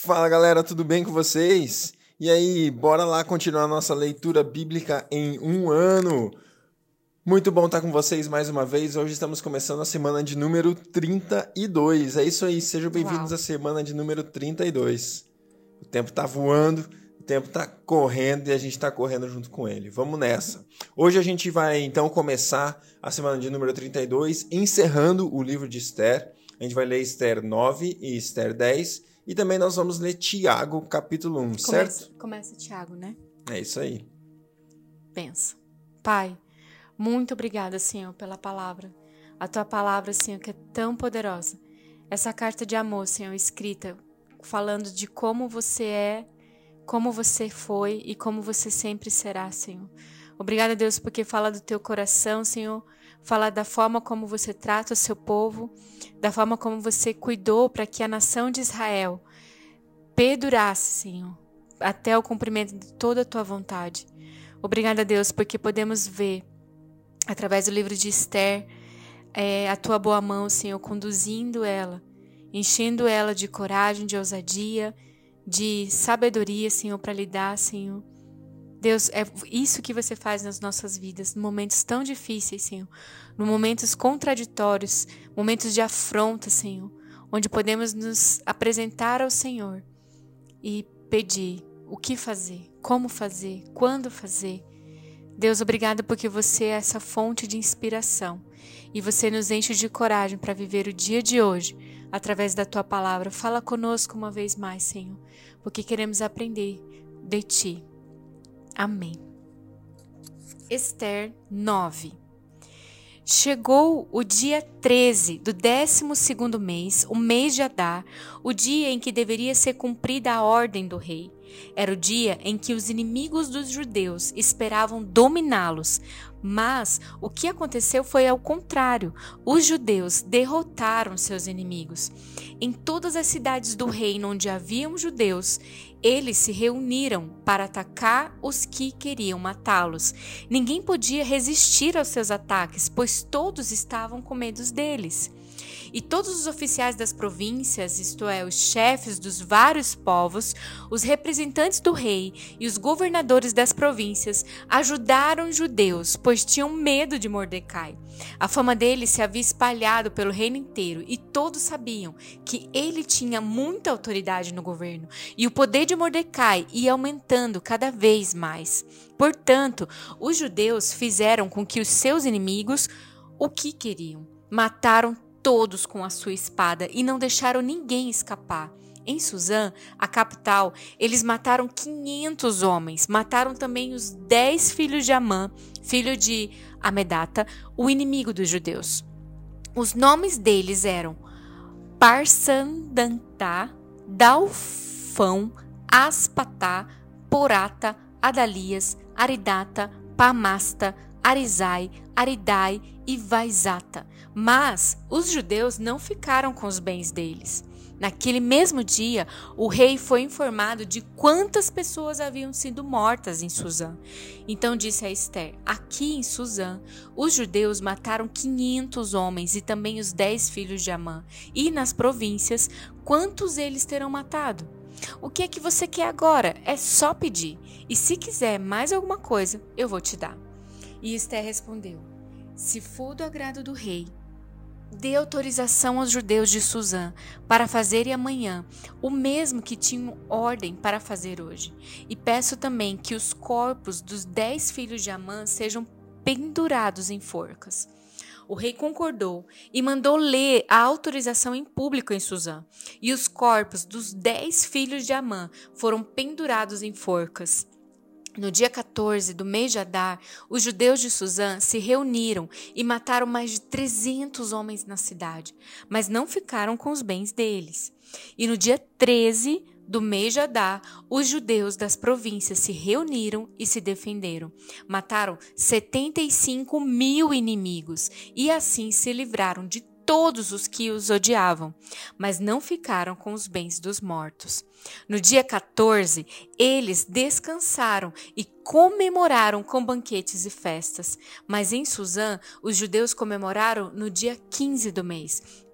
Fala galera, tudo bem com vocês? E aí, bora lá continuar nossa leitura bíblica em um ano. Muito bom estar com vocês mais uma vez. Hoje estamos começando a semana de número 32. É isso aí, sejam bem-vindos à semana de número 32. O tempo tá voando, o tempo tá correndo e a gente tá correndo junto com ele. Vamos nessa. Hoje a gente vai então começar a semana de número 32, encerrando o livro de Esther. A gente vai ler Esther 9 e Esther 10. E também nós vamos ler Tiago, capítulo 1, certo? Começa Tiago, né? É isso aí. Pensa. Pai, muito obrigada, Senhor, pela palavra. A Tua palavra, Senhor, que é tão poderosa. Essa carta de amor, Senhor, escrita, falando de como você é, como você foi e como você sempre será, Senhor. Obrigada, Deus, porque fala do Teu coração, Senhor. Fala da forma como você trata o seu povo, da forma como você cuidou para que a nação de Israel perdurasse, Senhor, até o cumprimento de toda a Tua vontade. Obrigada, Deus, porque podemos ver, através do livro de Esther, a Tua boa mão, Senhor, conduzindo ela, enchendo ela de coragem, de ousadia, de sabedoria, Senhor, para lidar, Senhor. Deus, é isso que você faz nas nossas vidas, em momentos tão difíceis, Senhor, em momentos contraditórios, momentos de afronta, Senhor, onde podemos nos apresentar ao Senhor e pedir o que fazer, como fazer, quando fazer. Deus, obrigado porque você é essa fonte de inspiração e você nos enche de coragem para viver o dia de hoje através da Tua palavra. Fala conosco uma vez mais, Senhor, porque queremos aprender de Ti. Amém. Esther 9. Chegou o dia 13 do 12º mês, o mês de Adar, o dia em que deveria ser cumprida a ordem do rei. Era o dia em que os inimigos dos judeus esperavam dominá-los. Mas o que aconteceu foi ao contrário. Os judeus derrotaram seus inimigos. Em todas as cidades do reino onde haviam judeus, eles se reuniram para atacar os que queriam matá-los. Ninguém podia resistir aos seus ataques, pois todos estavam com medo deles. E todos os oficiais das províncias, isto é, os chefes dos vários povos, os representantes do rei e os governadores das províncias ajudaram os judeus, pois tinham medo de Mordecai. A fama dele se havia espalhado pelo reino inteiro e todos sabiam que ele tinha muita autoridade no governo e o poder de Mordecai ia aumentando cada vez mais. Portanto, os judeus fizeram com que os seus inimigos o que queriam. Mataram todos com a sua espada e não deixaram ninguém escapar. Em Suzã, a capital, eles mataram 500 homens. Mataram também os 10 filhos de Amã, filho de Amedata, o inimigo dos judeus. Os nomes deles eram Parsandantá, Dalfão, Aspatá, Porata, Adalias, Aridata, Pamasta, Arizai, Aridai e Vaizata. Mas os judeus não ficaram com os bens deles. Naquele mesmo dia, o rei foi informado de quantas pessoas haviam sido mortas em Suzã. Então disse a Esther: aqui em Suzã, os judeus mataram 500 homens e também os 10 filhos de Amã. E nas províncias, quantos eles terão matado? O que é que você quer agora? É só pedir. E se quiser mais alguma coisa, eu vou te dar. E Esther respondeu: se for do agrado do rei, dê autorização aos judeus de Suzã para fazerem amanhã o mesmo que tinham ordem para fazer hoje. E peço também que os corpos dos 10 filhos de Amã sejam pendurados em forcas. O rei concordou e mandou ler a autorização em público em Suzã. E os corpos dos 10 filhos de Amã foram pendurados em forcas. No dia 14 do mês de Adar, os judeus de Suzã se reuniram e mataram mais de 300 homens na cidade, mas não ficaram com os bens deles. E no dia 13 do mês de Adar, os judeus das províncias se reuniram e se defenderam. Mataram 75 mil inimigos e assim se livraram de todos os que os odiavam, mas não ficaram com os bens dos mortos. No dia 14, eles descansaram e comemoraram com banquetes e festas. Mas em Suzã, os judeus comemoraram no dia 15 do mês,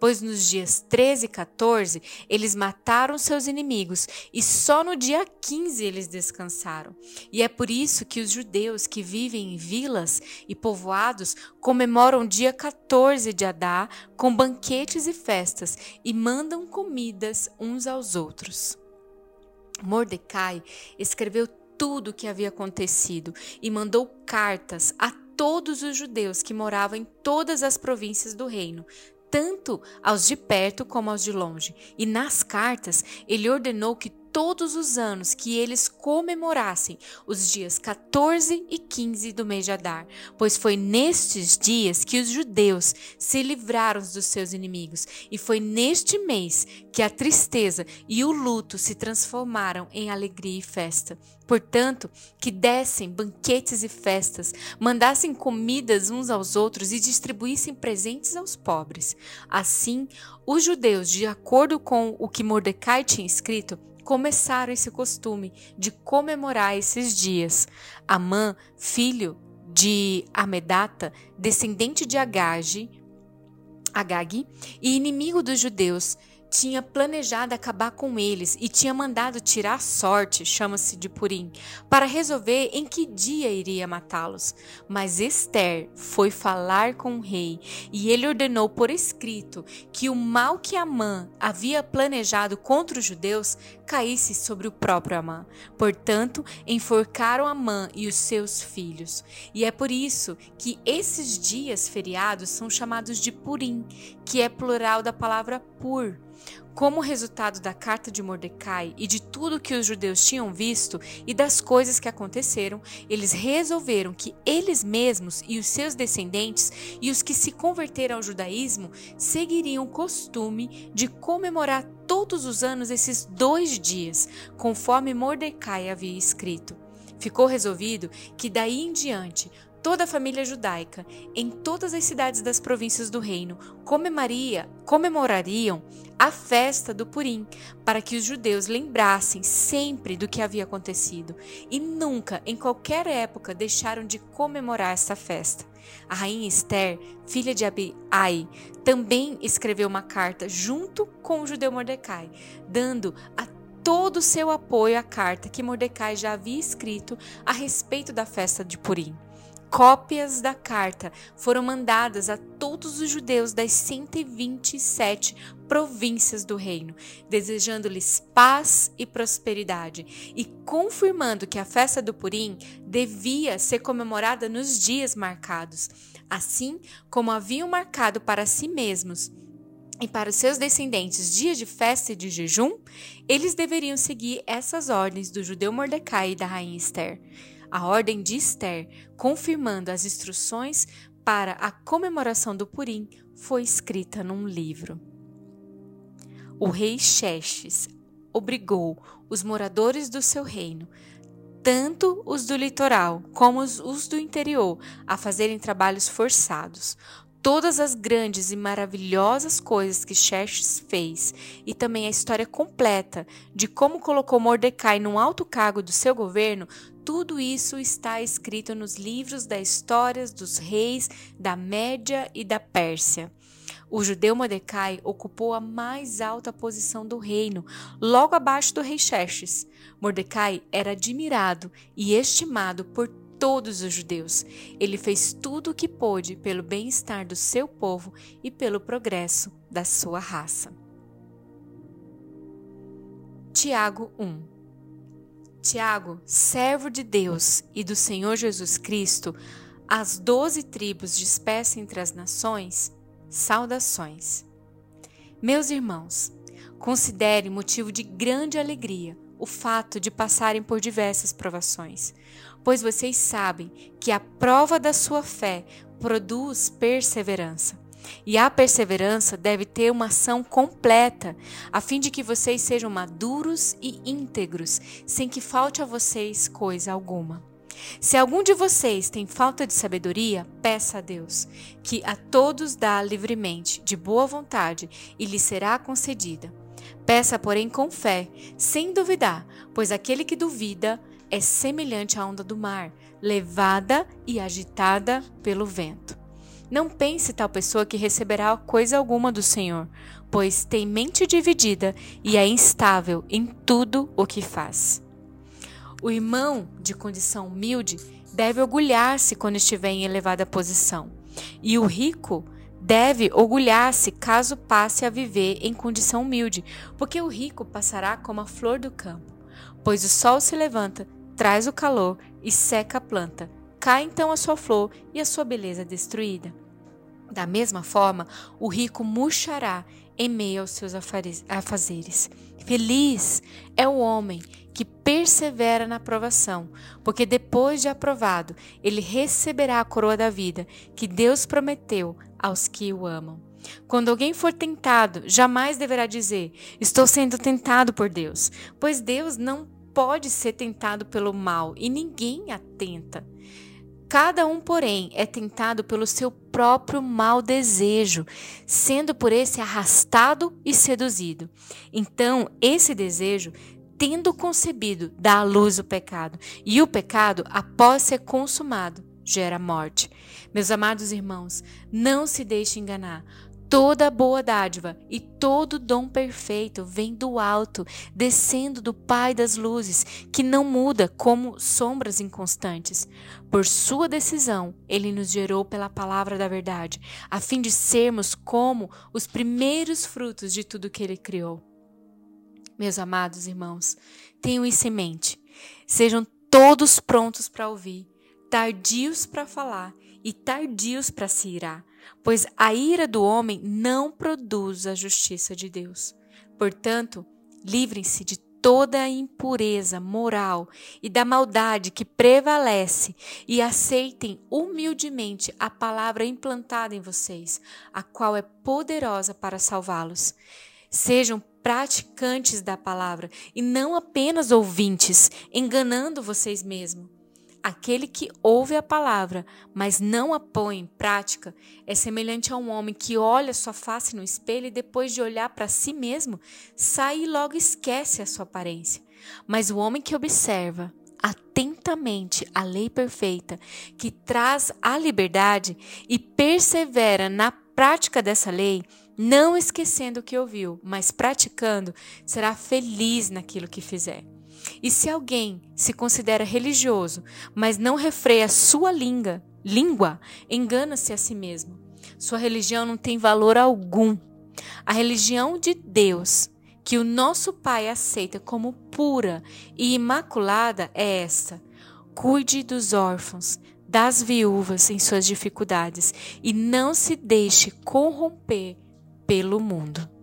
pois nos dias 13 e 14 eles mataram seus inimigos e só no dia 15 eles descansaram. E é por isso que os judeus que vivem em vilas e povoados comemoram o dia 14 de Adar com banquetes e festas e mandam comidas uns aos outros. Mordecai escreveu tudo o que havia acontecido e mandou cartas a todos os judeus que moravam em todas as províncias do reino, tanto aos de perto como aos de longe. E nas cartas ele ordenou que todos os anos que eles comemorassem os dias 14 e 15 do mês de Adar, pois foi nestes dias que os judeus se livraram dos seus inimigos, e foi neste mês que a tristeza e o luto se transformaram em alegria e festa. Portanto, que dessem banquetes e festas, mandassem comidas uns aos outros e distribuíssem presentes aos pobres. Assim, os judeus, de acordo com o que Mordecai tinha escrito, começaram esse costume de comemorar esses dias. Amã, filho de Amedata, descendente de Agag e inimigo dos judeus, tinha planejado acabar com eles e tinha mandado tirar sorte, chama-se de Purim, para resolver em que dia iria matá-los. Mas Ester foi falar com o rei e ele ordenou por escrito que o mal que Amã havia planejado contra os judeus caísse sobre o próprio Amã. Portanto, enforcaram Amã e os seus filhos. E é por isso que esses dias feriados são chamados de Purim, que é plural da palavra pur. Como resultado da carta de Mordecai e de tudo que os judeus tinham visto e das coisas que aconteceram, eles resolveram que eles mesmos e os seus descendentes e os que se converteram ao judaísmo seguiriam o costume de comemorar todos os anos esses 2 dias, conforme Mordecai havia escrito. Ficou resolvido que daí em diante toda a família judaica, em todas as cidades das províncias do reino, comemorariam a festa do Purim, para que os judeus lembrassem sempre do que havia acontecido, e nunca, em qualquer época, deixaram de comemorar esta festa. A rainha Ester, filha de Abiai, também escreveu uma carta junto com o judeu Mordecai, dando a todo o seu apoio à carta que Mordecai já havia escrito a respeito da festa de Purim. Cópias da carta foram mandadas a todos os judeus das 127 províncias do reino, desejando-lhes paz e prosperidade e confirmando que a festa do Purim devia ser comemorada nos dias marcados, assim como haviam marcado para si mesmos e para os seus descendentes dias de festa e de jejum. Eles deveriam seguir essas ordens do judeu Mordecai e da rainha Ester. A ordem de Ester, confirmando as instruções para a comemoração do Purim, foi escrita num livro. O rei Xerxes obrigou os moradores do seu reino, tanto os do litoral como os do interior, a fazerem trabalhos forçados. Todas as grandes e maravilhosas coisas que Xerxes fez e também a história completa de como colocou Mordecai num alto cargo do seu governo, tudo isso está escrito nos livros das histórias dos reis da Média e da Pérsia. O judeu Mordecai ocupou a mais alta posição do reino, logo abaixo do rei Xerxes. Mordecai era admirado e estimado por todos os judeus. Ele fez tudo o que pôde pelo bem-estar do seu povo e pelo progresso da sua raça. Tiago 1. Tiago, servo de Deus e do Senhor Jesus Cristo, às 12 tribos dispersas entre as nações, saudações. Meus irmãos, considere motivo de grande alegria o fato de passarem por diversas provações, pois vocês sabem que a prova da sua fé produz perseverança. E a perseverança deve ter uma ação completa, a fim de que vocês sejam maduros e íntegros, sem que falte a vocês coisa alguma. Se algum de vocês tem falta de sabedoria, peça a Deus, que a todos dá livremente, de boa vontade, e lhe será concedida. Peça, porém, com fé, sem duvidar, pois aquele que duvida é semelhante à onda do mar, levada e agitada pelo vento. Não pense tal pessoa que receberá coisa alguma do Senhor, pois tem mente dividida e é instável em tudo o que faz. O irmão de condição humilde deve orgulhar-se quando estiver em elevada posição, e o rico deve orgulhar-se caso passe a viver em condição humilde, porque o rico passará como a flor do campo, pois o sol se levanta, traz o calor e seca a planta, cai então a sua flor e a sua beleza é destruída. Da mesma forma, o rico murchará em meio aos seus afazeres. Feliz é o homem que persevera na provação, porque depois de aprovado, ele receberá a coroa da vida que Deus prometeu aos que o amam. Quando alguém for tentado, jamais deverá dizer: estou sendo tentado por Deus, pois Deus não pode ser tentado pelo mal e ninguém a tenta. Cada um, porém, é tentado pelo seu próprio mau desejo, sendo por esse arrastado e seduzido. Então, esse desejo, tendo concebido, dá à luz o pecado, e o pecado, após ser consumado, gera morte. Meus amados irmãos, não se deixe enganar. Toda boa dádiva e todo dom perfeito vem do alto, descendo do Pai das luzes, que não muda como sombras inconstantes. Por sua decisão, Ele nos gerou pela palavra da verdade, a fim de sermos como os primeiros frutos de tudo que Ele criou. Meus amados irmãos, tenham isso em mente. Sejam todos prontos para ouvir, tardios para falar e tardios para se irar, pois a ira do homem não produz a justiça de Deus. Portanto, livrem-se de toda a impureza moral e da maldade que prevalece e aceitem humildemente a palavra implantada em vocês, a qual é poderosa para salvá-los. Sejam praticantes da palavra e não apenas ouvintes, enganando vocês mesmos. Aquele que ouve a palavra, mas não a põe em prática, é semelhante a um homem que olha sua face no espelho e depois de olhar para si mesmo, sai e logo esquece a sua aparência. Mas o homem que observa atentamente a lei perfeita, que traz a liberdade e persevera na prática dessa lei, não esquecendo o que ouviu, mas praticando, será feliz naquilo que fizer. E se alguém se considera religioso, mas não refreia sua língua, engana-se a si mesmo. Sua religião não tem valor algum. A religião de Deus, que o nosso Pai aceita como pura e imaculada, é esta: cuide dos órfãos, das viúvas em suas dificuldades e não se deixe corromper pelo mundo.